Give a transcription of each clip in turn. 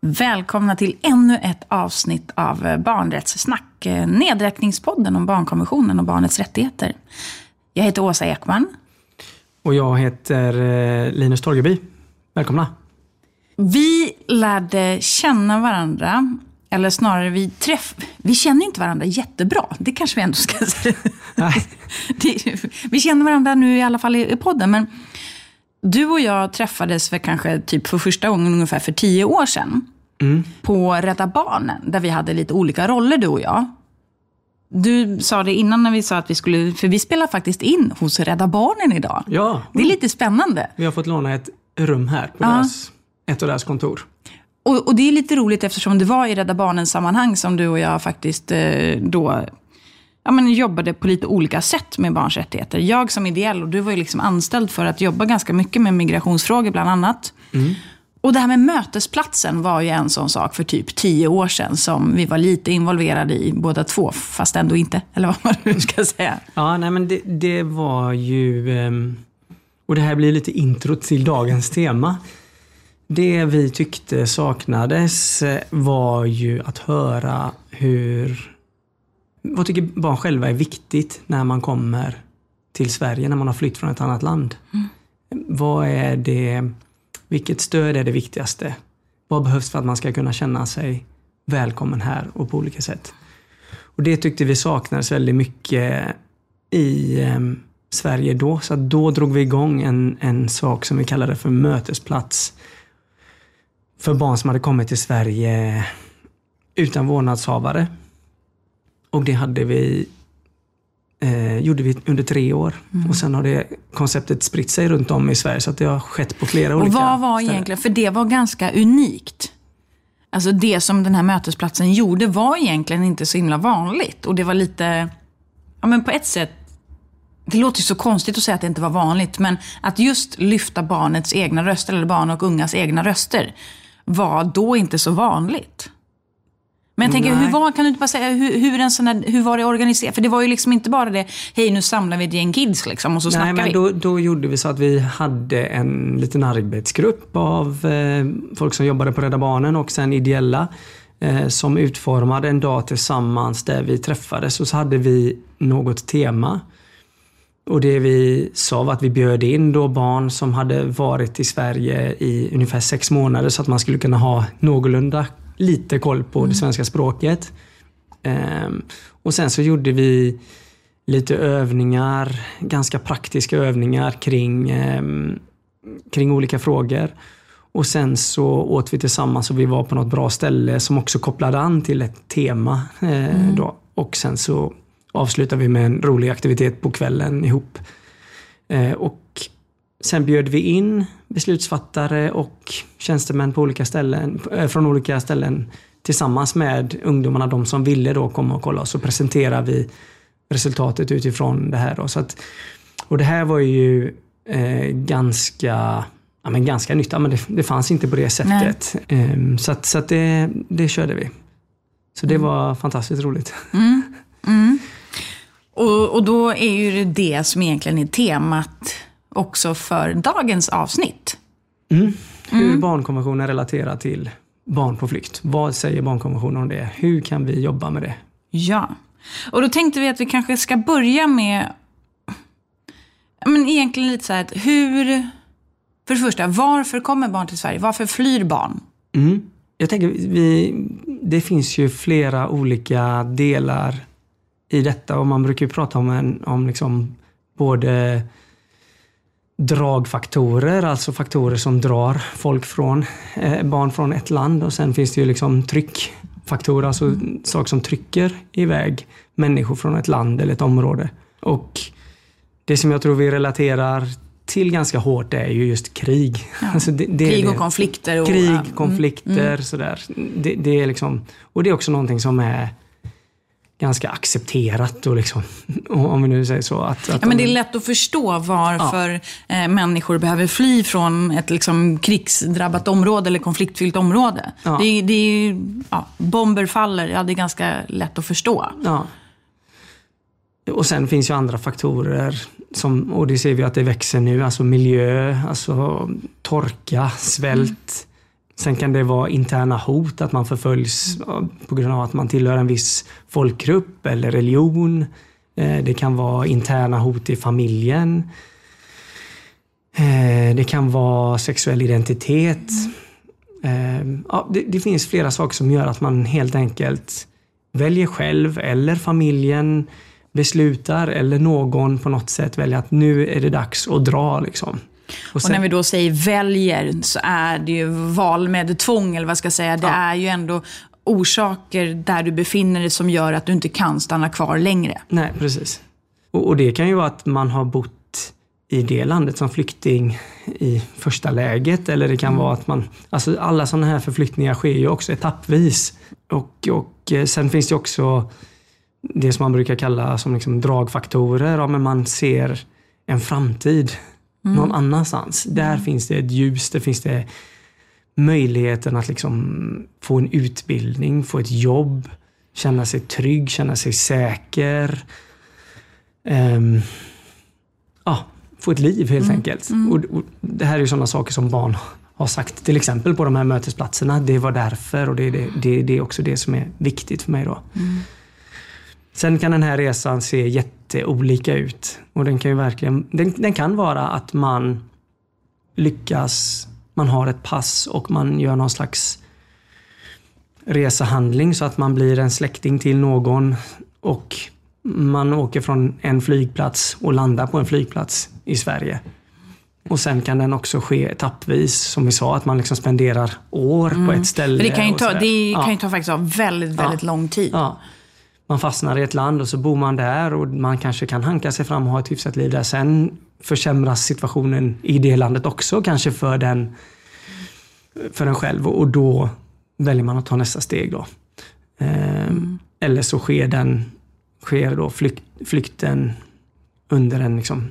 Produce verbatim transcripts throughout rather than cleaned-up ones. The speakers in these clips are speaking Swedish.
Välkomna till ännu ett avsnitt av Barnrättssnack, nedräkningspodden om barnkonventionen och barnets rättigheter. Jag heter Åsa Ekman. Och jag heter Linus Torgeby. Välkomna. Vi lärde känna varandra, eller snarare vi träff... Vi känner inte varandra jättebra, det kanske vi ändå ska säga. Nej. Det, vi känner varandra nu i alla fall i podden, men du och jag träffades för kanske typ för första gången ungefär för tio år sedan. Mm. På Rädda Barnen, där vi hade lite olika roller, du och jag. Du sa det innan när vi sa att vi skulle, för vi spelar faktiskt in hos Rädda Barnen idag. Ja. Det är lite spännande. Vi har fått låna ett rum här på ja. deras, ett av deras kontor. Och, och det är lite roligt eftersom det var i Rädda Barnens sammanhang som du och jag faktiskt eh, då ja, men jobbade på lite olika sätt med barns rättigheter. Jag som ideell, och du var ju liksom anställd för att jobba ganska mycket med migrationsfrågor bland annat. Mm. Och det här med mötesplatsen var ju en sån sak för typ tio år sedan som vi var lite involverade i båda två, fast ändå inte, eller vad man nu ska säga. Ja, nej men det, det var ju, och det här blir lite intro till dagens tema. Det vi tyckte saknades var ju att höra hur, vad tycker barn själva är viktigt när man kommer till Sverige, när man har flytt från ett annat land. Mm. Vad är det... Vilket stöd är det viktigaste? Vad behövs för att man ska kunna känna sig välkommen här och på olika sätt? Och det tyckte vi saknades väldigt mycket i eh, Sverige då. Så då drog vi igång en, en sak som vi kallade för mötesplats. För barn som hade kommit till Sverige utan vårdnadshavare. Och det hade vi... Eh, gjorde vi under tre år. Mm. Och sen har det konceptet spritt sig runt om i Sverige, så att det har skett på flera olika ställen. Och vad var egentligen, för det var ganska unikt. Alltså det som den här mötesplatsen gjorde var egentligen inte så himla vanligt. Och det var lite, ja men på ett sätt, det låter ju så konstigt att säga att det inte var vanligt, men att just lyfta barnets egna röster, eller barn och ungas egna röster, var då inte så vanligt. Men jag tänker, hur var, kan du inte bara säga hur, hur, en sån här, hur var det organiserat? För det var ju liksom inte bara det, hej nu samlar vi ett gäng kids liksom och så snackar vi. Nej, men då, då gjorde vi så att vi hade en liten arbetsgrupp av eh, folk som jobbade på Rädda Barnen och sen ideella eh, som utformade en dag tillsammans där vi träffades, och så hade vi något tema. Och det vi sa var att vi bjöd in då barn som hade varit i Sverige i ungefär sex månader så att man skulle kunna ha någorlunda lite koll på mm. det svenska språket. Um, och sen så gjorde vi lite övningar, ganska praktiska övningar kring, um, kring olika frågor. Och sen så åt vi tillsammans och vi var på något bra ställe som också kopplade an till ett tema. Uh, mm. då. Och sen så avslutade vi med en rolig aktivitet på kvällen ihop. Uh, och sen bjöd vi in beslutsfattare och tjänstemän på olika ställen, från olika ställen tillsammans med ungdomarna, de som ville då komma och kolla. Så presenterar vi resultatet utifrån det här. Då. Så att, och det här var ju eh, ganska, ja, men ganska nytt. Ja, men det, det fanns inte på det sättet. Um, så att, så att det, det körde vi. Så det mm. var fantastiskt roligt. Mm. Mm. Och, och då är ju det som egentligen är temat också för dagens avsnitt. Mm. Hur mm. barnkonventionen relaterar till barn på flykt. Vad säger barnkonventionen om det? Hur kan vi jobba med det? Ja, och då tänkte vi att vi kanske ska börja med, men egentligen lite så här, att hur, för det första, varför kommer barn till Sverige? Varför flyr barn? Mm. Jag tänker, vi, det finns ju flera olika delar i detta, och man brukar ju prata om, en, om liksom både dragfaktorer, alltså faktorer som drar folk från, eh, barn från ett land, och sen finns det ju liksom tryckfaktorer, alltså mm. saker som trycker iväg människor från ett land eller ett område. Och det som jag tror vi relaterar till ganska hårt är ju just krig. Ja. Alltså det, det krig och det. konflikter. Och, krig, ja. konflikter, mm. sådär. Det, det är liksom, och det är också någonting som är ganska accepterat, och liksom, om vi nu säger så. Att, att ja, men de... det är lätt att förstå varför ja. eh, människor behöver fly från ett liksom, krigsdrabbat område eller konfliktfyllt område. Ja. Det, det är ju, ja, bomber faller, ja, det är ganska lätt att förstå. Ja. Och sen finns ju andra faktorer, som, och det ser vi att det växer nu, alltså miljö, alltså torka, svält. Sen kan det vara interna hot, att man förföljs på grund av att man tillhör en viss folkgrupp eller religion. Det kan vara interna hot i familjen. Det kan vara sexuell identitet. Ja, det, det finns flera saker som gör att man helt enkelt väljer själv eller familjen beslutar eller någon på något sätt väljer att nu är det dags att dra liksom. Och, sen, och när vi då säger väljer så är det ju val med tvång eller vad ska jag säga. Det ja. är ju ändå orsaker där du befinner dig som gör att du inte kan stanna kvar längre. Nej, precis. Och, och det kan ju vara att man har bott i det landet som flykting i första läget. Eller det kan mm. vara att man... Alltså alla sådana här förflyttningar sker ju också etappvis. Och, och sen finns det också det som man brukar kalla som liksom dragfaktorer. Ja, men man ser en framtid mm. någon annanstans. Där mm. finns det ett ljus, där finns det möjligheten att liksom få en utbildning, få ett jobb, känna sig trygg, känna sig säker. Um, ja, få ett liv helt mm. enkelt. Mm. Och, och det här är ju sådana saker som barn har sagt till exempel på de här mötesplatserna. Det var därför och det är, det, det, det är också det som är viktigt för mig då. Mm. Sen kan den här resan se jätteolika ut. Och den kan ju verkligen, den, den kan vara att man lyckas, man har ett pass och man gör någon slags resehandling så att man blir en släkting till någon och man åker från en flygplats och landar på en flygplats i Sverige. Och sen kan den också ske etappvis, som vi sa, att man liksom spenderar år mm. på ett ställe. Men det kan ju ta, det kan ja. ju ta faktiskt av väldigt, väldigt ja. lång tid. Ja. Man fastnar i ett land och så bor man där och man kanske kan hanka sig fram och ha ett hyfsat liv där. Sen försämras situationen i det landet också, kanske för den, för den själv. Och då väljer man att ta nästa steg då. Eh, mm. Eller så sker den sker då flykt, flykten under en liksom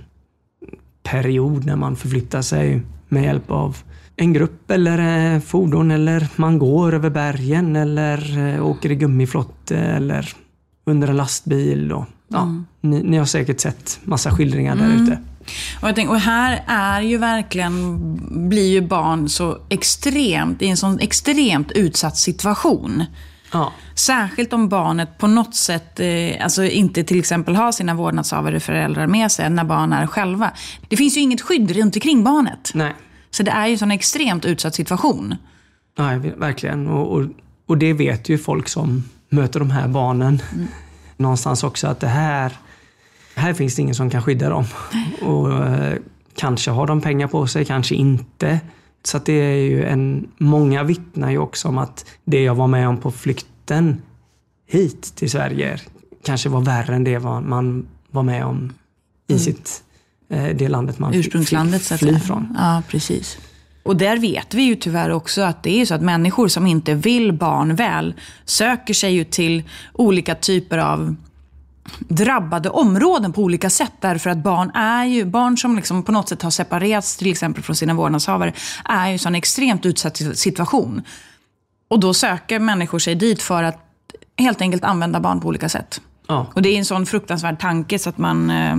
period när man förflyttar sig med hjälp av en grupp eller eh, fordon, eller man går över bergen eller eh, åker i gummiflotte eller under en lastbil. Och, ja, mm. ni, ni har säkert sett massa skildringar mm. där ute. Och, jag tänker, och här är ju verkligen, blir ju barn så extremt, i en sån extremt utsatt situation. Ja. Särskilt om barnet på något sätt eh, alltså inte till exempel har sina vårdnadshavare föräldrar med sig när barn är själva. Det finns ju inget skydd runt omkring barnet. Nej. Så det är ju en sån extremt utsatt situation. Nej, verkligen. Och, och, och det vet ju folk som möter de här barnen. Mm. Någonstans också att det här, här finns det ingen som kan skydda dem. Och eh, kanske har de pengar på sig, kanske inte. Så att det är ju en, många vittnar ju också om att det jag var med om på flykten hit till Sverige kanske var värre än det man var med om i mm. sitt, det landet man ursprungslandet fly, fly från. Ja, precis. Och där vet vi ju tyvärr också att det är så att människor som inte vill barn väl söker sig ju till olika typer av drabbade områden på olika sätt, därför att barn är ju barn som liksom på något sätt har separerats till exempel från sina vårdnadshavare är ju så en extremt utsatt situation. Och då söker människor sig dit för att helt enkelt använda barn på olika sätt. Ja. Och det är en sån fruktansvärd tanke så att man eh,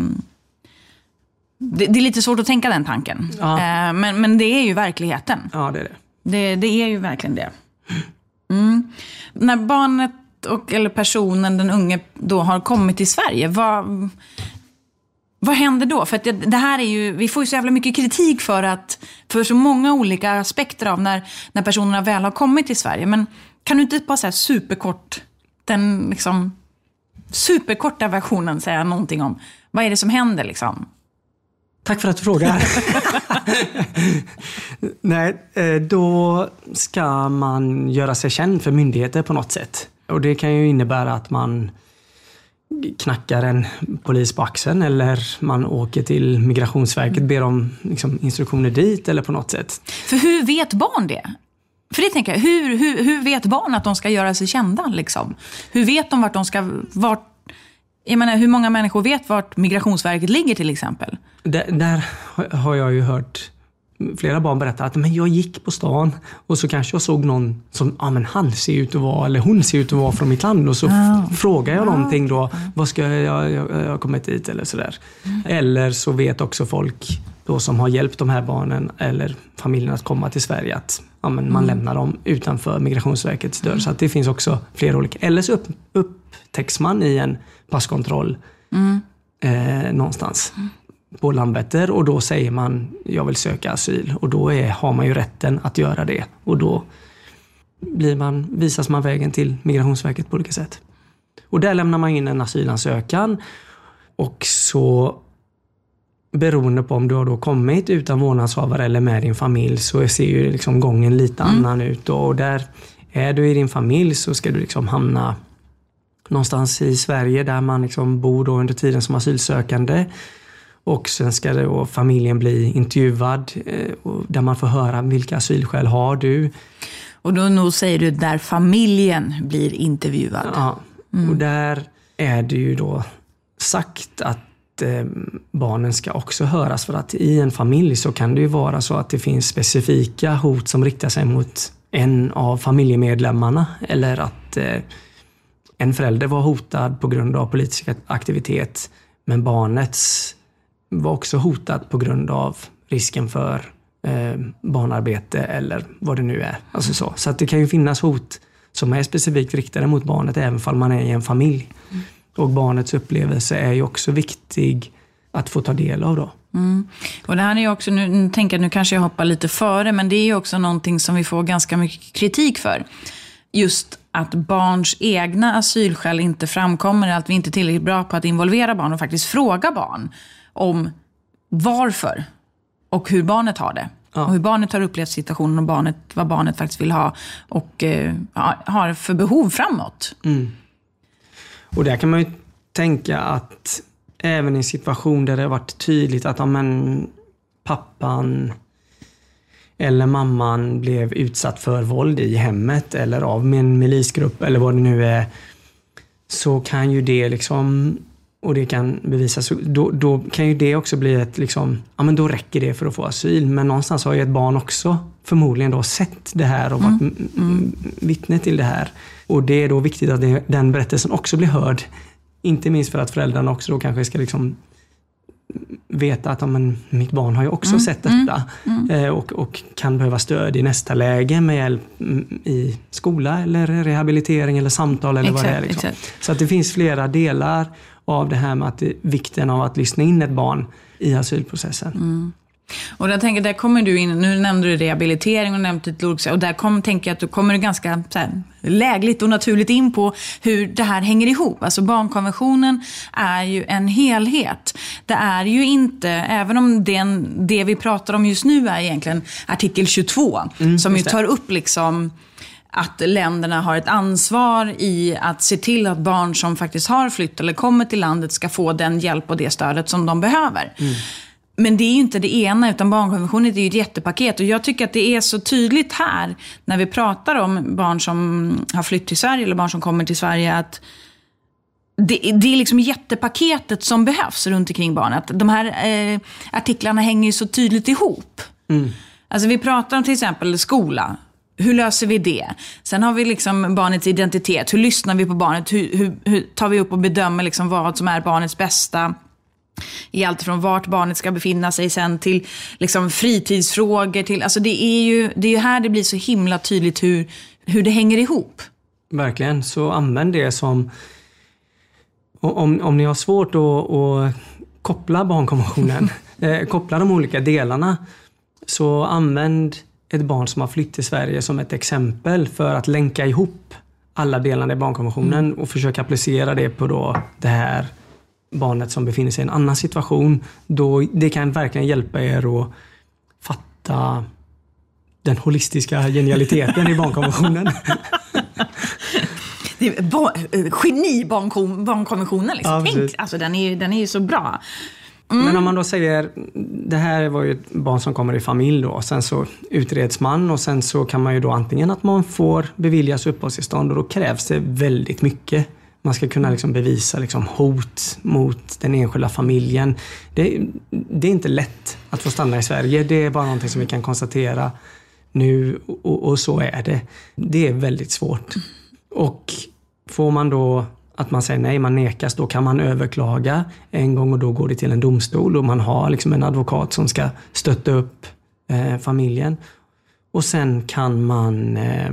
det, det är lite svårt att tänka den tanken. Ja. Eh, men, men det är ju verkligheten. Ja, det är det. Det, det är ju verkligen det. Mm. När barnet och, eller personen, den unge, då har kommit till Sverige, vad, vad händer då? För att det, det här är ju, vi får ju så jävla mycket kritik för att för så många olika aspekter av när, när personerna väl har kommit till Sverige. Men kan du inte bara säga superkort, den liksom superkorta versionen säga någonting om vad är det som händer liksom? Tack för att du frågar. Nej, då ska man göra sig känd för myndigheter på något sätt. Och det kan ju innebära att man knackar en polis på axeln eller man åker till Migrationsverket, ber om liksom, instruktioner dit eller på något sätt. För hur vet barn det? För det tänker jag, hur, hur, hur vet barn att de ska göra sig kända liksom? Hur vet de vart de ska, vart, jag menar, hur många människor vet vart Migrationsverket ligger till exempel? Där, där har jag ju hört flera barn berätta att men jag gick på stan och så kanske jag såg någon som, ja men han ser ut att vara, eller hon ser ut att vara från mitt land, och så oh. f- frågar jag oh. någonting då, vad ska jag, jag, jag har kommit dit eller sådär. Mm. Eller så vet också folk då som har hjälpt de här barnen eller familjen att komma till Sverige att ja, men man mm. lämnar dem utanför Migrationsverkets dörr. Mm. Så att det finns också flera olika. Eller så upp, upptäcks man i en passkontroll mm. eh, någonstans mm. på Landvetter och då säger man jag vill söka asyl och då är, har man ju rätten att göra det och då blir man, visas man vägen till Migrationsverket på olika sätt. Och där lämnar man in en asylansökan och så beroende på om du har då kommit utan vårdnadshavare eller med din familj så ser ju liksom gången lite mm. annan ut. Och där är du i din familj så ska du liksom hamna någonstans i Sverige där man liksom bor då under tiden som asylsökande. Och sen ska då familjen bli intervjuad och där man får höra vilka asylskäl har du. Och då nog säger du där familjen blir intervjuad. Ja, mm. och där är det ju då sagt att barnen ska också höras för att i en familj så kan det ju vara så att det finns specifika hot som riktar sig mot en av familjemedlemmarna eller att eh, en förälder var hotad på grund av politisk aktivitet men barnets var också hotat på grund av risken för eh, barnarbete eller vad det nu är. Alltså så. Så att det kan ju finnas hot som är specifikt riktade mot barnet även om man är i en familj. Mm. Och barnets upplevelse är ju också viktig att få ta del av då. Mm. Och det här är ju också, nu, nu tänker jag, nu kanske jag hoppar lite före, men det är ju också någonting som vi får ganska mycket kritik för. Just att barns egna asylskäl inte framkommer, att vi inte är tillräckligt bra på att involvera barn och faktiskt fråga barn om varför och hur barnet har det. Ja. Och hur barnet har upplevt situationen och barnet, vad barnet faktiskt vill ha och eh, har för behov framåt. Mm. Och där kan man ju tänka att även i en situation där det har varit tydligt att ja, men, pappan eller mamman blev utsatt för våld i hemmet eller av en milisgrupp eller vad det nu är så kan ju det liksom och det kan bevisas då, då kan ju det också bli ett liksom ja men då räcker det för att få asyl men någonstans har ju ett barn också förmodligen då sett det här och varit mm. Mm. vittne till det här. Och det är då viktigt att det, den berättelsen också blir hörd. Inte minst för att föräldrarna också då kanske ska liksom veta att ja, men, mitt barn har ju också mm, sett detta. Mm, mm. Eh, och, och kan behöva stöd i nästa läge med hjälp i skola eller rehabilitering eller samtal eller exakt, vad det är. Liksom. Så att det finns flera delar av det här med att det, vikten av att lyssna in ett barn i asylprocessen. Mm. Och där tänker där kommer du in, nu nämnde du rehabilitering och nämnde ett lorg, och där kom, tänker jag att du kommer du ganska så här, lägligt och naturligt in på hur det här hänger ihop. Alltså barnkonventionen är ju en helhet. Det är ju inte, även om den, det vi pratar om just nu är egentligen artikel tjugotvå mm, som ju tar upp liksom att länderna har ett ansvar i att se till att barn som faktiskt har flytt eller kommer till landet ska få den hjälp och det stödet som de behöver. Mm. Men det är ju inte det ena, utan barnkonventionen är ju ett jättepaket. Och jag tycker att det är så tydligt här när vi pratar om barn som har flytt till Sverige eller barn som kommer till Sverige att det, det är liksom jättepaketet som behövs runt omkring barnet. De här eh, artiklarna hänger ju så tydligt ihop. Mm. Alltså vi pratar om till exempel skola. Hur löser vi det? Sen har vi liksom barnets identitet. Hur lyssnar vi på barnet? Hur, hur, hur tar vi upp och bedömer liksom vad som är barnets bästa? I allt från vart barnet ska befinna sig sen till liksom fritidsfrågor till, alltså det är ju det är ju här det blir så himla tydligt hur, hur det hänger ihop. Verkligen, så använd det som om, om ni har svårt att, att koppla barnkonventionen eh, koppla de olika delarna så använd ett barn som har flytt till Sverige som ett exempel för att länka ihop alla delarna i barnkonventionen mm. och försöka applicera det på då det här barnet som befinner sig i en annan situation, då det kan verkligen hjälpa er att fatta den holistiska genialiteten i barnkonventionen. Det är ba- geni barnkon- barnkonventionen liksom. Ja, tänk, alltså den är, den är ju så bra. Mm. Men om man då säger, det här var ju ett barn som kommer i familj då, sen så utreds man och sen så kan man ju då antingen att man får beviljas uppehållstillstånd och då krävs det väldigt mycket. Man ska kunna liksom bevisa liksom hot mot den enskilda familjen. Det, det är inte lätt att få stanna i Sverige. Det är bara någonting som vi kan konstatera nu och, och så är det. Det är väldigt svårt. Och får man då att man säger nej, man nekas, då kan man överklaga en gång och då går det till en domstol och man har liksom en advokat som ska stötta upp eh, familjen. Och sen kan man, eh,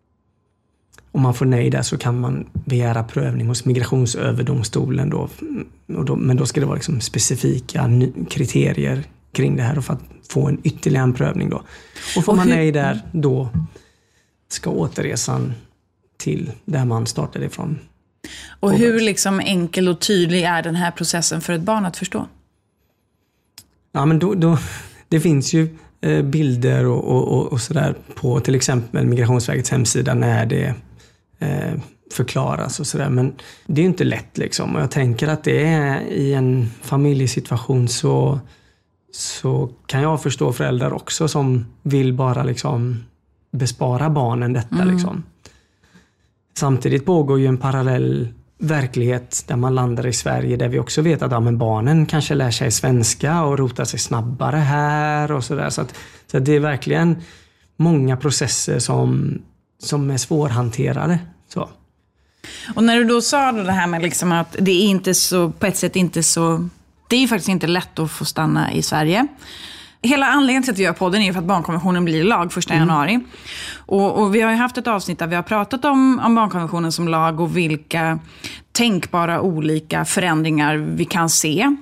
om man får nej där, så kan man begära prövning hos Migrationsöverdomstolen då. Och då men då ska det vara liksom specifika kriterier kring det här och för att få en ytterligare en prövning då. Och får och man hur... nej där, då ska återresan till där man startade ifrån. Och hur liksom enkel och tydlig är den här processen för ett barn att förstå? Ja, men då, då det finns ju eh, bilder och, och, och sådär på till exempel Migrationsverkets hemsida när det eh, förklaras och sådär. Men det är ju inte lätt liksom. Och jag tänker att det är i en familjesituation så, så kan jag förstå föräldrar också som vill bara liksom bespara barnen detta mm. liksom. Samtidigt pågår ju en parallell verklighet där man landar i Sverige där vi också vet att ja, men barnen kanske lär sig svenska och rotar sig snabbare här och sådär. Så, att, så att det är verkligen många processer som, som är svårhanterade. Så. Och när du då sa det här med liksom att det är inte så, på ett sätt inte så, det är ju faktiskt inte lätt att få stanna i Sverige. Hela anledningen till att vi gör podden är ju för att barnkonventionen blir lag första januari. Mm. Och, och vi har ju haft ett avsnitt där vi har pratat om, om barnkonventionen som lag och vilka tänkbara olika förändringar vi kan se.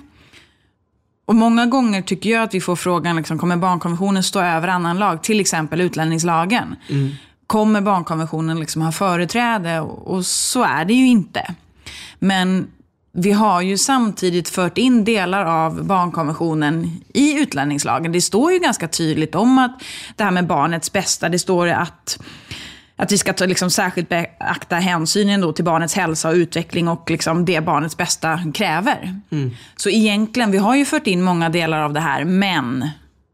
Och många gånger tycker jag att vi får frågan, liksom, kommer barnkonventionen stå över annan lag? Till exempel utlänningslagen. Mm. Kommer barnkonventionen liksom ha företräde? Och, och så är det ju inte. Men vi har ju samtidigt fört in delar av barnkonventionen i utlänningslagen. Det står ju ganska tydligt om att det här med barnets bästa, det står att, att vi ska ta, liksom, särskilt beakta hänsynen då till barnets hälsa och utveckling och liksom, det barnets bästa kräver. Mm. Så egentligen, vi har ju fört in många delar av det här, men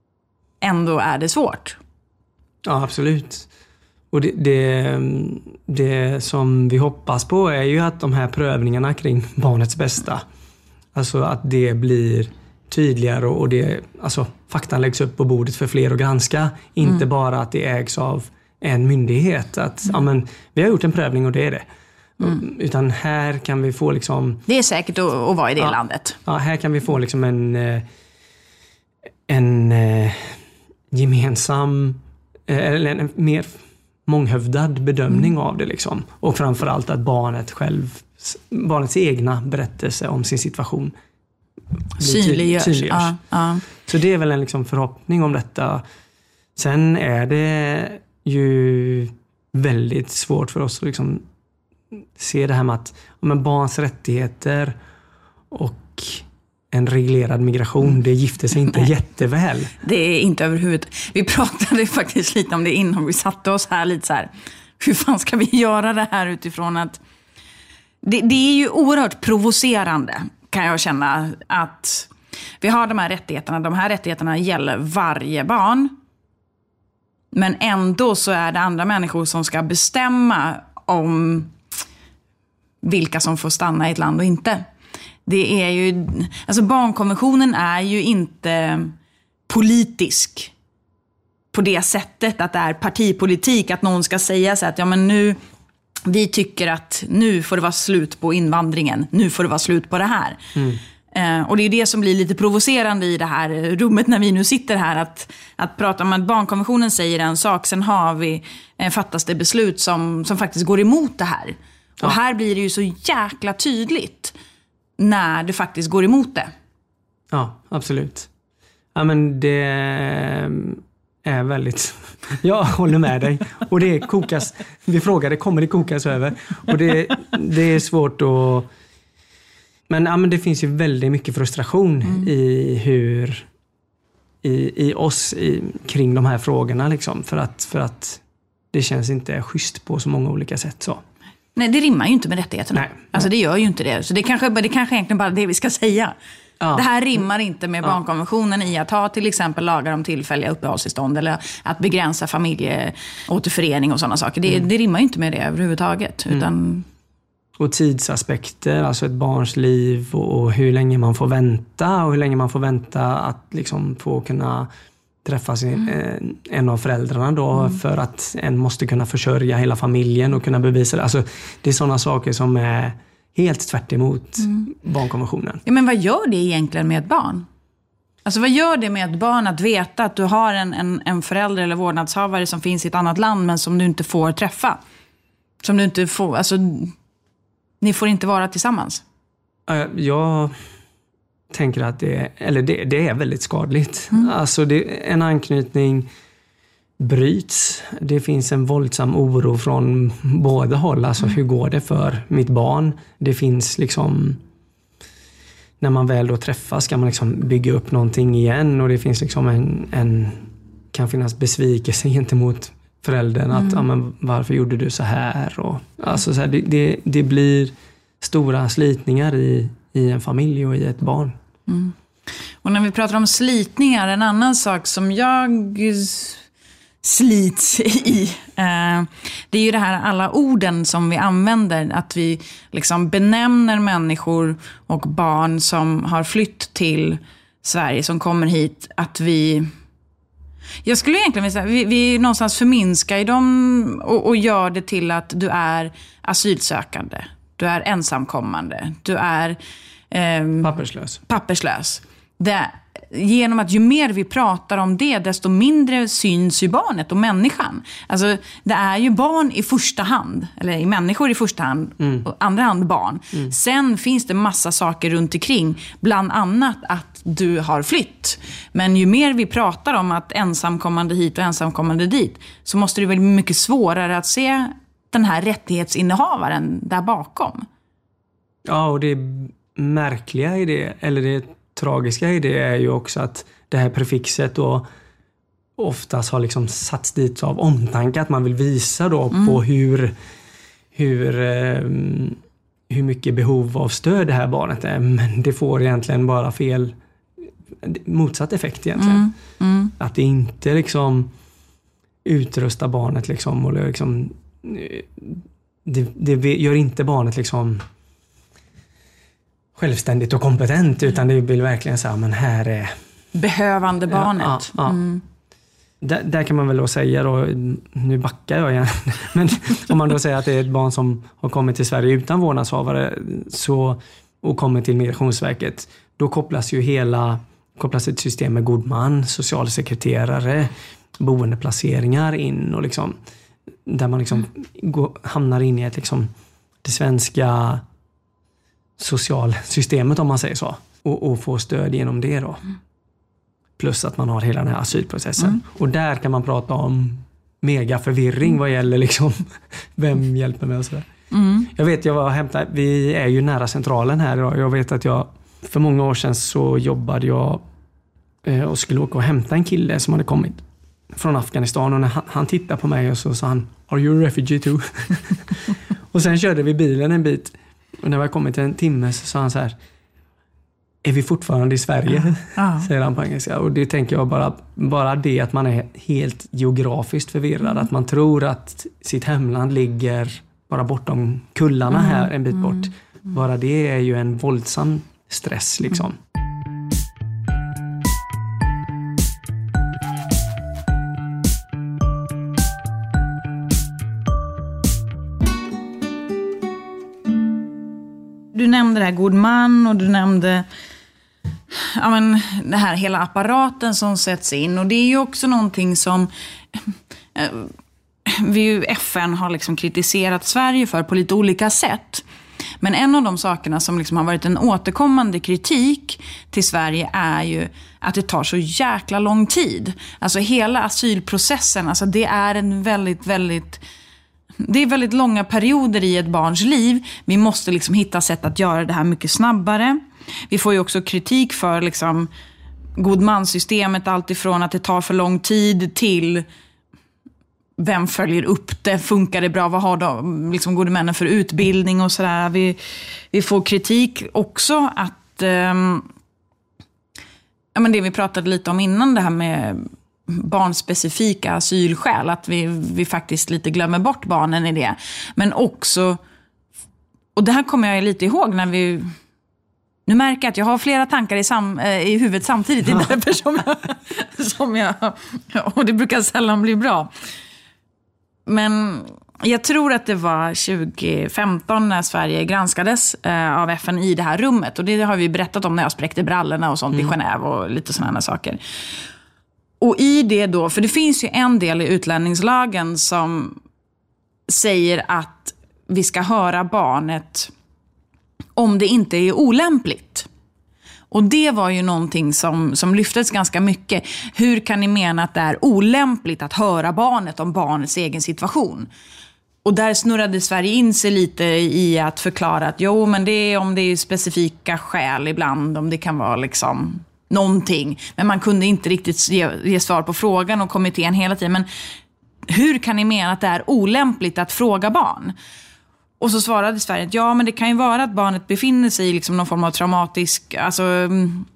ändå är det svårt. Ja, absolut. Och det, det, det som vi hoppas på är ju att de här prövningarna kring barnets bästa, alltså att det blir tydligare och det, alltså faktan läggs upp på bordet för fler att granska. Inte mm. bara att det ägs av en myndighet. Att mm. ja, men, vi har gjort en prövning och det är det. Mm. Utan här kan vi få liksom... Det är säkert att, att vara i det ja, landet. Ja, här kan vi få liksom en, en gemensam eller en mer månghövdad bedömning mm. av det liksom. Och framförallt att barnet själv, barnets egna berättelse om sin situation synliggörs. synliggörs. Ja, ja. Så det är väl en liksom förhoppning om detta. Sen är det ju väldigt svårt för oss att liksom se det här med att men barns rättigheter och en reglerad migration, det gifter sig inte jätteväl. Det är inte överhuvudtaget. Vi pratade faktiskt lite om det innan vi satte oss här lite så här. Hur fan ska vi göra det här utifrån att det, det är ju oerhört provocerande, kan jag känna, att vi har de här rättigheterna. De här rättigheterna gäller varje barn. Men ändå så är det andra människor som ska bestämma om vilka som får stanna i ett land och inte. Det är ju, alltså barnkonventionen är ju inte politisk på det sättet att det är partipolitik, att någon ska säga så att ja men nu, vi tycker att nu får det vara slut på invandringen, nu får det vara slut på det här. Mm. Eh, och det är det som blir lite provocerande i det här rummet när vi nu sitter här, att, att prata om att barnkonventionen säger en sak, sen har vi eh, fattas det beslut som, som faktiskt går emot det här. Ja. Och här blir det ju så jäkla tydligt när det faktiskt går emot det. Ja, absolut. Ja, men det är väldigt... Jag håller med dig. Och det kokas... Vi frågade, kommer det kokas över? Och det, det är svårt att... Men, ja, men det finns ju väldigt mycket frustration mm. i hur... I, i oss i, kring de här frågorna. Liksom, för, att, för att det känns inte schysst på så många olika sätt så. Nej, det rimmar ju inte med rättigheterna. Nej, alltså nej. Det gör ju inte det. Så det kanske, det kanske egentligen bara det vi ska säga. Ja. Det här rimmar inte med barnkonventionen i att ha till exempel lagar om tillfälliga uppehållstillstånd eller att begränsa familjeåterförening och sådana saker. Det, mm. det rimmar ju inte med det överhuvudtaget. Utan... Mm. Och tidsaspekter, alltså ett barns liv och, och hur länge man får vänta och hur länge man får vänta att liksom få kunna träffa sin, mm. en av föräldrarna då mm. för att en måste kunna försörja hela familjen och kunna bevisa det. Alltså, det är sådana saker som är helt tvärt emot mm. barnkonventionen. Ja, men vad gör det egentligen med ett barn? Alltså vad gör det med ett barn att veta att du har en, en, en förälder eller vårdnadshavare som finns i ett annat land men som du inte får träffa? Som du inte får, alltså ni får inte vara tillsammans. Jag tänker att det, eller det, det är väldigt skadligt. Mm. Alltså det, en anknytning bryts. Det finns en våldsam oro från båda håll. Alltså hur går det för mitt barn? Det finns liksom, när man väl då träffas ska man liksom bygga upp någonting igen, och det finns liksom en, en kan finnas besvikelse gentemot föräldern att mm. ja, men varför gjorde du så här? Och, alltså så här, det, det, det blir stora slitningar i, i en familj och i ett barn. Mm. Och när vi pratar om slitningar, en annan sak som jag slits i, eh, det är ju det här alla orden som vi använder, att vi liksom benämner människor och barn som har flytt till Sverige, som kommer hit, att vi jag skulle egentligen vilja säga, vi, vi någonstans förminskar i dem och, och gör det till att du är asylsökande, du är ensamkommande, du är eh, papperslös. papperslös. Det, genom att ju mer vi pratar om det, desto mindre syns ju barnet och människan. Alltså det är ju barn i första hand, eller i människor i första hand, mm. och andra hand barn. Mm. Sen finns det massa saker runt omkring, bland annat att du har flytt. Men ju mer vi pratar om att ensamkommande hit och ensamkommande dit, så måste det bli mycket svårare att se den här rättighetsinnehavaren där bakom. Ja, och det märkliga i det, eller det tragiska i det, är ju också att det här prefixet då oftast har liksom satts dit av omtanke, att man vill visa då mm. på hur hur eh, hur mycket behov av stöd det här barnet är, men det får egentligen bara fel, motsatt effekt egentligen. Mm. Mm. Att det inte liksom utrustar barnet liksom, och liksom det, det gör inte barnet liksom självständigt och kompetent, utan det vill verkligen säga, men här är behövande barnet. Ja, ja, ja. Mm. Där, där kan man väl då säga då, nu backar jag igen, men om man då säger att det är ett barn som har kommit till Sverige utan vårdnadshavare så, och kommer till Migrationsverket, då kopplas ju hela kopplas ett system med god man, socialsekreterare, boendeplaceringar in, och liksom där man liksom går, hamnar in i ett liksom det svenska socialsystemet, om man säger så, och, och få stöd genom det då. Mm. Plus att man har hela den här asylprocessen. Mm. Och där kan man prata om mega förvirring mm. vad gäller liksom vem hjälper mig och sådär. Mm. Jag vet, jag var hämtad, vi är ju nära centralen här idag. Jag vet att jag, för många år sedan så jobbade jag eh, och skulle åka och hämta en kille som hade kommit från Afghanistan, och när han, han tittade på mig och så sa han, "Are you a refugee too?" Och sen körde vi bilen en bit, och när vi kommit till en timme så sa han så här, "Är vi fortfarande i Sverige?" Ja. Säger han på engelska. Och det tänker jag bara, bara det att man är helt geografiskt förvirrad. Mm. Att man tror att sitt hemland ligger bara bortom kullarna mm. här en bit bort. Mm. Bara det är ju en våldsam stress liksom. Mm. Du nämnde det här god man, och du nämnde ja, men, det här hela apparaten som sätts in. Och det är ju också någonting som eh, vi ju F N har liksom kritiserat Sverige för på lite olika sätt. Men en av de sakerna som liksom har varit en återkommande kritik till Sverige är ju att det tar så jäkla lång tid. Alltså hela asylprocessen, alltså det är en väldigt, väldigt... Det är väldigt långa perioder i ett barns liv. Vi måste liksom hitta sätt att göra det här mycket snabbare. Vi får ju också kritik för liksom godmanssystemet, allt ifrån att det tar för lång tid till vem följer upp det, funkar det bra, vad har de, liksom gode männen för utbildning och sådär. Vi, vi får kritik också att um, ja, men det vi pratade lite om innan, det här med barnspecifika asylskäl, att vi, vi faktiskt lite glömmer bort barnen i det. Men också, och det här kommer jag lite ihåg när vi, nu märker jag att jag har flera tankar i, sam, i huvudet samtidigt, det är därför som jag, som jag, och det brukar sällan bli bra. Men jag tror att det var tjugo femton när Sverige granskades eh, av F N i det här rummet. Och det har vi berättat om när jag spräckte brallorna och sånt mm. i Genève och lite sådana saker. Och i det då, för det finns ju en del i utlänningslagen som säger att vi ska höra barnet om det inte är olämpligt. Och det var ju någonting som, som lyftes ganska mycket. Hur kan ni mena att det är olämpligt att höra barnet om barnets egen situation? Och där snurrade Sverige in sig lite i att förklara att jo, men det är om det är specifika skäl ibland, om det kan vara liksom någonting. Men man kunde inte riktigt ge, ge svar på frågan och kommittén hela tiden. Men hur kan ni mena att det är olämpligt att fråga barn? Och så svarade Sverige att ja, men det kan ju vara att barnet befinner sig i liksom någon form av traumatisk... Alltså,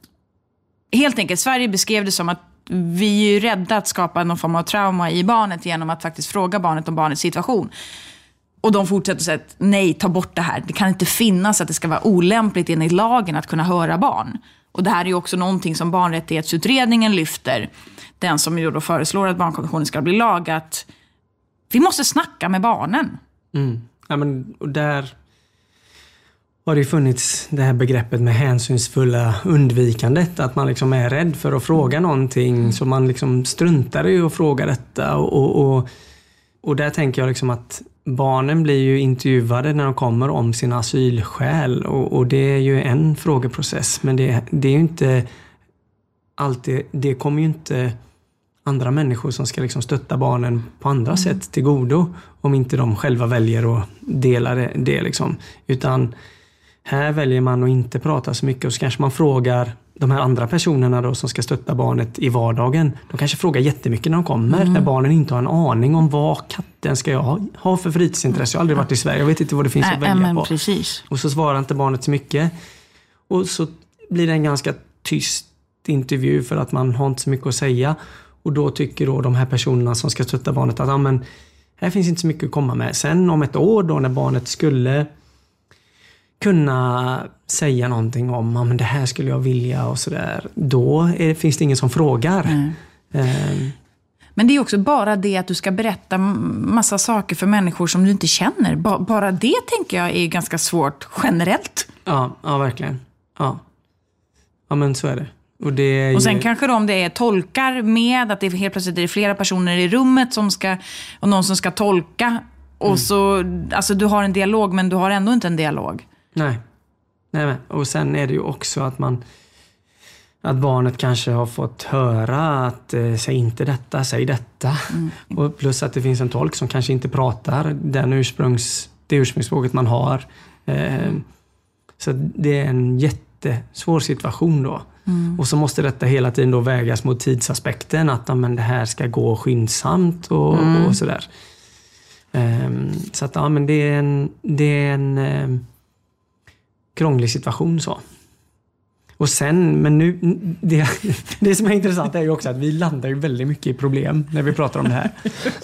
helt enkelt, Sverige beskrev det som att vi är ju rädda att skapa någon form av trauma i barnet genom att faktiskt fråga barnet om barnets situation. Och de fortsätter säga att nej, ta bort det här. Det kan inte finnas att det ska vara olämpligt enligt lagen att kunna höra barn. Och det här är ju också någonting som barnrättighetsutredningen lyfter. Den som ju då föreslår att barnkonventionen ska bli lag, att vi måste snacka med barnen. Mm. Ja, men och där har det ju funnits det här begreppet med hänsynsfulla undvikandet. Att man liksom är rädd för att fråga någonting. Mm. Så man liksom struntar i att fråga detta. Och, och, och, och där tänker jag liksom att barnen blir ju intervjuade när de kommer om sina asylskäl. Och, och det är ju en frågeprocess. Men det, det är ju inte alltid, det kommer ju inte andra människor som ska liksom stötta barnen på andra mm. sätt till godo, om inte de själva väljer att dela det, det liksom. Utan här väljer man att inte prata så mycket, och så kanske man frågar de här andra personerna då som ska stötta barnet i vardagen. De kanske frågar jättemycket när de kommer, mm. när barnen inte har en aning om vad katten ska jag ha, ha för fritidsintresse. Jag har aldrig varit i Sverige, jag vet inte vad det finns äh, att välja äh, på. Precis. Och så svarar inte barnet så mycket. Och så blir det en ganska tyst intervju för att man har inte så mycket att säga. Och då tycker då de här personerna som ska stötta barnet att ja, men här finns inte så mycket att komma med. Sen om ett år då, när barnet skulle kunna säga någonting om ja, men det här skulle jag vilja och sådär, då är, finns det ingen som frågar. Mm. Um. Men det är också bara det att du ska berätta massa saker för människor som du inte känner. Ba- bara det tänker jag är ganska svårt generellt. Ja, ja verkligen. Ja. Ja, men så är det. Och, det är ju... och sen kanske om det är tolkar med, att det helt plötsligt är flera personer i rummet som ska, och någon som ska tolka. Och mm. så, alltså du har en dialog, men du har ändå inte en dialog. Nej. Nej, men. Och sen är det ju också att man, att barnet kanske har fått höra att eh, säg inte detta, säg detta. Mm. Och plus att det finns en tolk som kanske inte pratar den ursprungs, det ursprungsspråket man har. Eh, mm. Så det är en jättesvår situation då. Mm. Och så måste detta hela tiden då vägas mot tidsaspekten, att men det här ska gå skyndsamt och, mm. och sådär. Um, så att ja, men det är en, det är en um, krånglig situation så. Och sen, men nu, det, det som är intressant är ju också att vi landar ju väldigt mycket i problem när vi pratar om det här.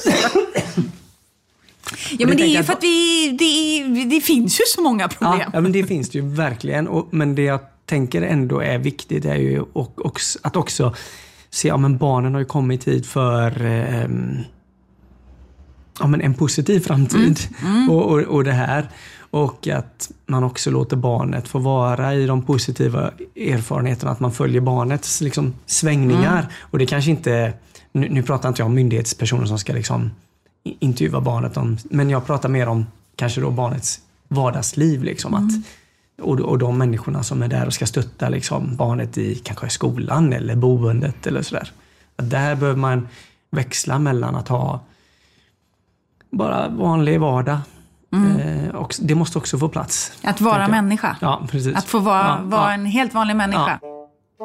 Ja, men det är ju för att vi, det, det finns ju så många problem. Ja, men det finns det ju verkligen. Och, men det jag tänker ändå är viktigt är ju och, och, att också se, ja men barnen har ju kommit hit för eh, ja, men en positiv framtid. Mm. Mm. Och, och, och det här. Och att man också låter barnet få vara i de positiva erfarenheterna, att man följer barnets liksom svängningar. Mm. Och det kanske inte, nu, nu pratar inte jag om myndighetspersoner som ska liksom intervjua barnet om, men jag pratar mer om kanske då barnets vardagsliv liksom. Mm. Att, och, och de människorna som är där och ska stötta liksom barnet i kanske skolan eller boendet eller sådär. Att där behöver man växla mellan att ha bara vanlig vardag. Mm. Eh, och det måste också få plats. Att vara människa. Ja, precis. Att få vara, ja, vara ja. en helt vanlig människa. Ja.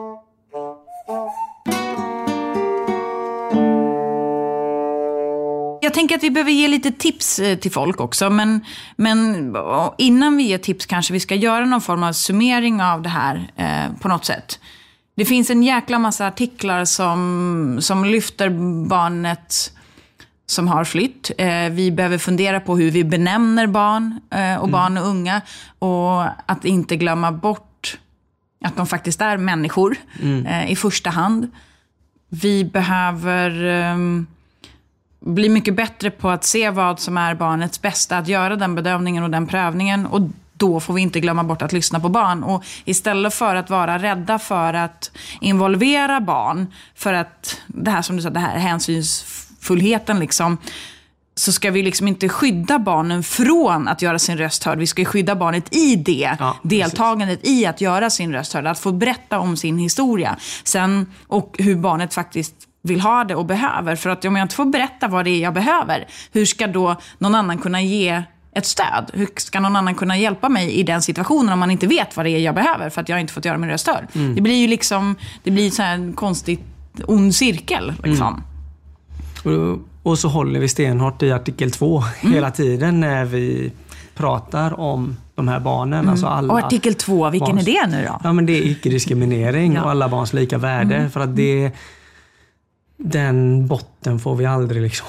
Jag tänker att vi behöver ge lite tips till folk också. Men, men innan vi ger tips kanske vi ska göra någon form av summering av det här eh, på något sätt. Det finns en jäkla massa artiklar som, som lyfter barnet som har flytt. Eh, vi behöver fundera på hur vi benämner barn eh, och mm. barn och unga. Och att inte glömma bort att de faktiskt är människor mm. eh, i första hand. Vi behöver... Eh, bli mycket bättre på att se vad som är barnets bästa, att göra den bedömningen och den prövningen, och då får vi inte glömma bort att lyssna på barn. Och istället för att vara rädda för att involvera barn, för att det här som du sa, det här hänsynsfullheten liksom, så ska vi liksom inte skydda barnen från att göra sin röst hörd. Vi ska skydda barnet i det, ja, deltagandet i att göra sin röst hörd, att få berätta om sin historia. Sen, och hur barnet faktiskt vill ha det och behöver. För att om jag inte får berätta vad det är jag behöver, hur ska då någon annan kunna ge ett stöd? Hur ska någon annan kunna hjälpa mig i den situationen om man inte vet vad det är jag behöver för att jag inte fått göra min röst hörd? Mm. Det blir ju liksom, det blir så här en konstigt ond cirkel liksom. Mm. Och, och så håller vi stenhårt i artikel två mm. hela tiden när vi pratar om de här barnen. Mm. Alltså alla och artikel två, vilken barns, är det nu då? Ja, men det är icke-diskriminering ja. och alla barns lika värde. Mm. För att det, den botten får vi aldrig liksom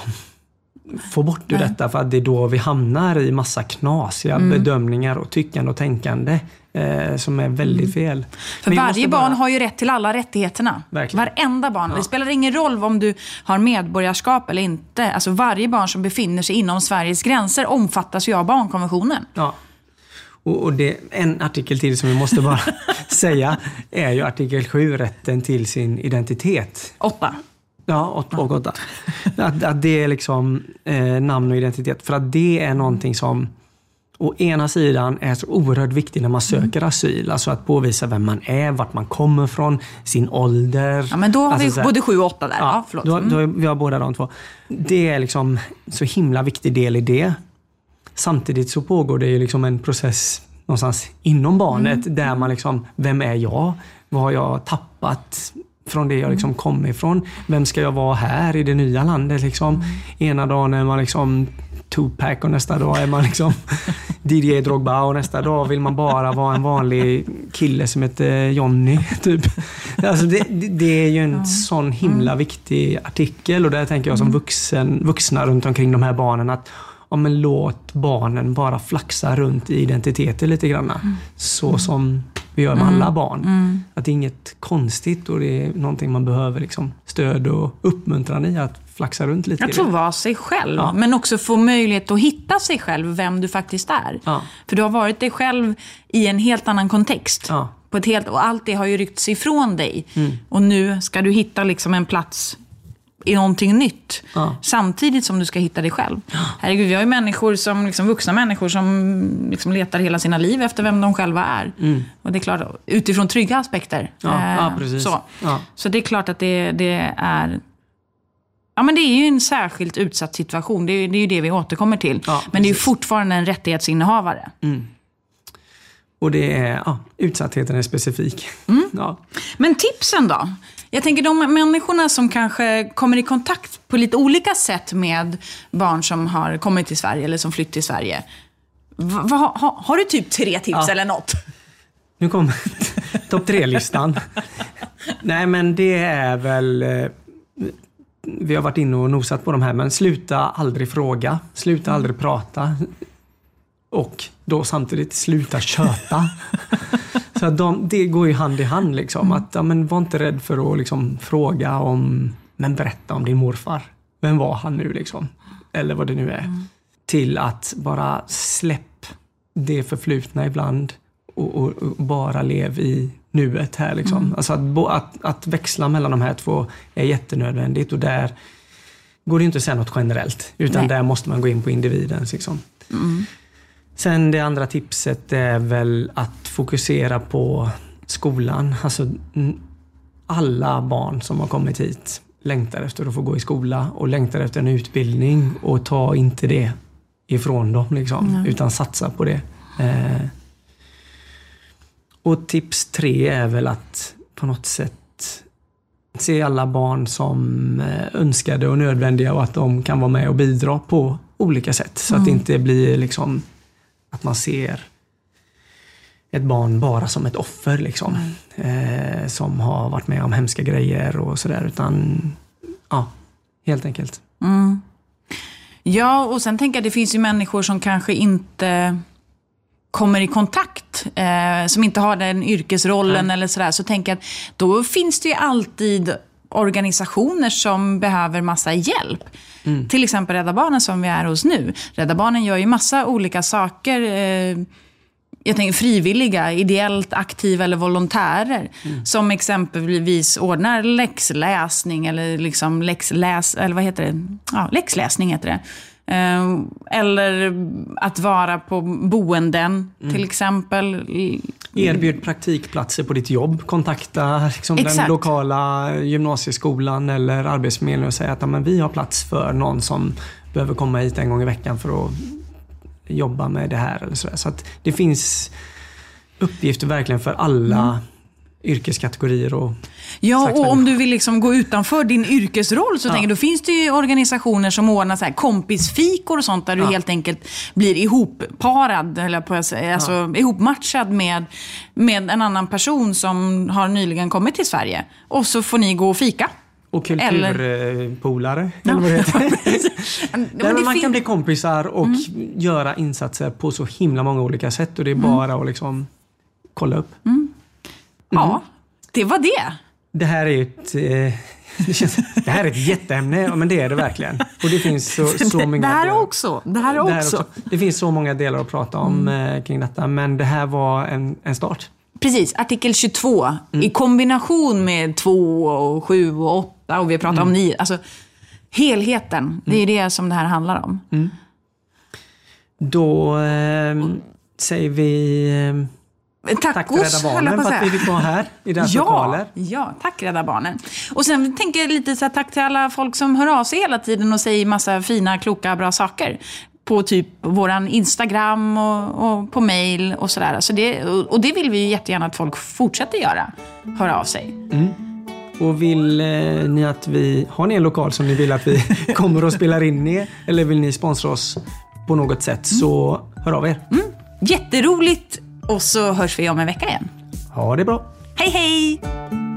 få bort ur Nej. detta, för att det är då vi hamnar i massa knasiga mm. bedömningar och tyckande och tänkande eh, som är väldigt fel. Mm. För Men varje barn bara... har ju rätt till alla rättigheterna. Verkligen. Varenda barn. Ja. Det spelar ingen roll om du har medborgarskap eller inte. Alltså varje barn som befinner sig inom Sveriges gränser omfattas ju av barnkonventionen. Ja. Och, och det, en artikel till som vi måste bara säga är ju artikel sju, rätten till sin identitet. Åtta. Ja, åtta och åtta. Att, att det är liksom eh, namn och identitet. För att det är någonting som å ena sidan är så oerhört viktigt när man söker mm. asyl. Alltså att påvisa vem man är, vart man kommer från, sin ålder. Ja, men då har alltså, vi både sju och åtta där. Ja, ja då, då, vi har båda de två. Det är liksom så himla viktig del i det. Samtidigt så pågår det ju liksom en process någonstans inom barnet mm. där man liksom, vem är jag? Vad har jag tappat från det jag liksom kom ifrån? Vem ska jag vara här i det nya landet liksom? Mm. Ena dagen är man liksom Tupac och nästa dag är man liksom D J Drogba och nästa dag vill man bara vara en vanlig kille som heter Johnny typ. Alltså det, det är ju en ja. sån himla viktig artikel, och där tänker jag som vuxen, vuxna runt omkring de här barnen att ja, men låt barnen bara flaxa runt i identiteter lite grann. Mm. Så som vi gör med mm. alla barn. Mm. Att det är inget konstigt, och det är någonting man behöver liksom stöd och uppmuntran i, att flaxa runt lite. Att få vara sig själv, ja. men också få möjlighet att hitta sig själv, vem du faktiskt är. Ja. För du har varit dig själv i en helt annan kontext. Ja. På ett helt, och allt det har ju ryckts ifrån dig. Mm. Och nu ska du hitta liksom en plats i någonting nytt. Ja. Samtidigt som du ska hitta dig själv. Ja. Herregud, vi har ju människor som, liksom vuxna människor som liksom letar hela sina liv efter vem de själva är. Mm. Och det är klart, utifrån trygga aspekter. Ja, eh, ja precis. Så. Ja. så det är klart att det, det är... Ja, men det är ju en särskilt utsatt situation. Det är, det är ju det vi återkommer till. Ja, men det är ju fortfarande en rättighetsinnehavare. Mm. Och det är, ja, utsattheten är specifik. Mm. Ja. Men tipsen då? Jag tänker de människorna som kanske kommer i kontakt på lite olika sätt med barn som har kommit till Sverige eller som flytt till Sverige. Va, va, ha, har du typ tre tips ja. eller något? Nu kommer topp tre-listan. Nej, men det är väl... Vi har varit inne och nosat på de här, men sluta aldrig fråga. Sluta mm. aldrig prata. Och då samtidigt sluta köta. Så att de, det går ju hand i hand liksom. Mm. Att, ja, men var inte rädd för att liksom fråga om, men berätta om din morfar. Vem var han nu liksom? Eller vad det nu är. Mm. Till att bara släpp det förflutna ibland. Och, och, och bara lev i nuet här liksom. Mm. Alltså att, att, att växla mellan de här två är jättenödvändigt. Och där går det inte att säga något generellt. Utan Nej. där måste man gå in på individen liksom. Mm. Sen det andra tipset är väl att fokusera på skolan. Alltså alla barn som har kommit hit längtar efter att få gå i skola och längtar efter en utbildning, och ta inte det ifrån dem liksom, mm. utan satsa på det. Eh, och tips tre är väl att på något sätt se alla barn som önskade och nödvändiga, och att de kan vara med och bidra på olika sätt. Så mm. att det inte blir liksom att man ser ett barn bara som ett offer liksom, mm. eh, som har varit med om hemska grejer och sådär, utan ja, helt enkelt. Mm. Ja, och sen tänker jag att det finns ju människor som kanske inte kommer i kontakt, eh, som inte har den yrkesrollen Nej. eller sådär, så tänker jag att då finns det ju alltid organisationer som behöver massa hjälp. Mm. Till exempel Rädda Barnen som vi är hos nu. Rädda Barnen gör ju massa olika saker. Eh, jag tänker frivilliga, ideellt aktiva eller volontärer. Mm. Som exempelvis ordnar läxläsning eller liksom läxläs, eller vad heter det? Ja, läxläsning heter det. Eller att vara på boenden mm. till exempel. Erbjud praktikplatser på ditt jobb. Kontakta liksom den lokala gymnasieskolan eller arbetsförmedlingen och säga att men vi har plats för någon som behöver komma hit en gång i veckan för att jobba med det här. Eller så där. Så att det finns uppgifter verkligen för alla mm. yrkeskategorier och ja, och om du vill liksom gå utanför din yrkesroll så ja. tänker, då finns det ju organisationer som ordnar så här kompisfikor och sånt där ja. du helt enkelt blir ihopparad eller på att säga, alltså ja. ihopmatchad med, med en annan person som har nyligen kommit till Sverige. Och så får ni gå och fika. Och kulturpolare. Ja. Där man fin- kan bli kompisar och mm. göra insatser på så himla många olika sätt. Och det är mm. bara att liksom kolla upp. Mm. Mm. Ja, det var det. Det här är ett, eh, det, känns, det här är ett jätteämne, ja, men det är det verkligen. Och det finns så, så många det här delar. också. Det här också. Det, här också. Det finns så många delar att prata om mm. eh, kring detta, men det här var en, en start. Precis, artikel tjugotvå mm. i kombination med två och sju och åtta och vi pratar mm. om nio. Alltså helheten, mm. det är det som det här handlar om. Mm. Då eh, säger vi... Eh, Tack, tack till Rädda Barnen för att vi fick vara här i deras ja, lokaler. Ja, tack Rädda Barnen. Och sen tänker jag lite så här, tack till alla folk som hör av sig hela tiden och säger massa fina, kloka, bra saker. På typ våran Instagram och, och på mail och sådär. Så det, och det vill vi ju jättegärna att folk fortsätter göra. Höra av sig. Mm. Och vill eh, ni att vi... Har ni en lokal som ni vill att vi kommer och spelar in i? Eller vill ni sponsra oss på något sätt mm. så hör av er. Mm. Jätteroligt. Och så hörs vi om en vecka igen. Ja, det är bra. Hej, hej!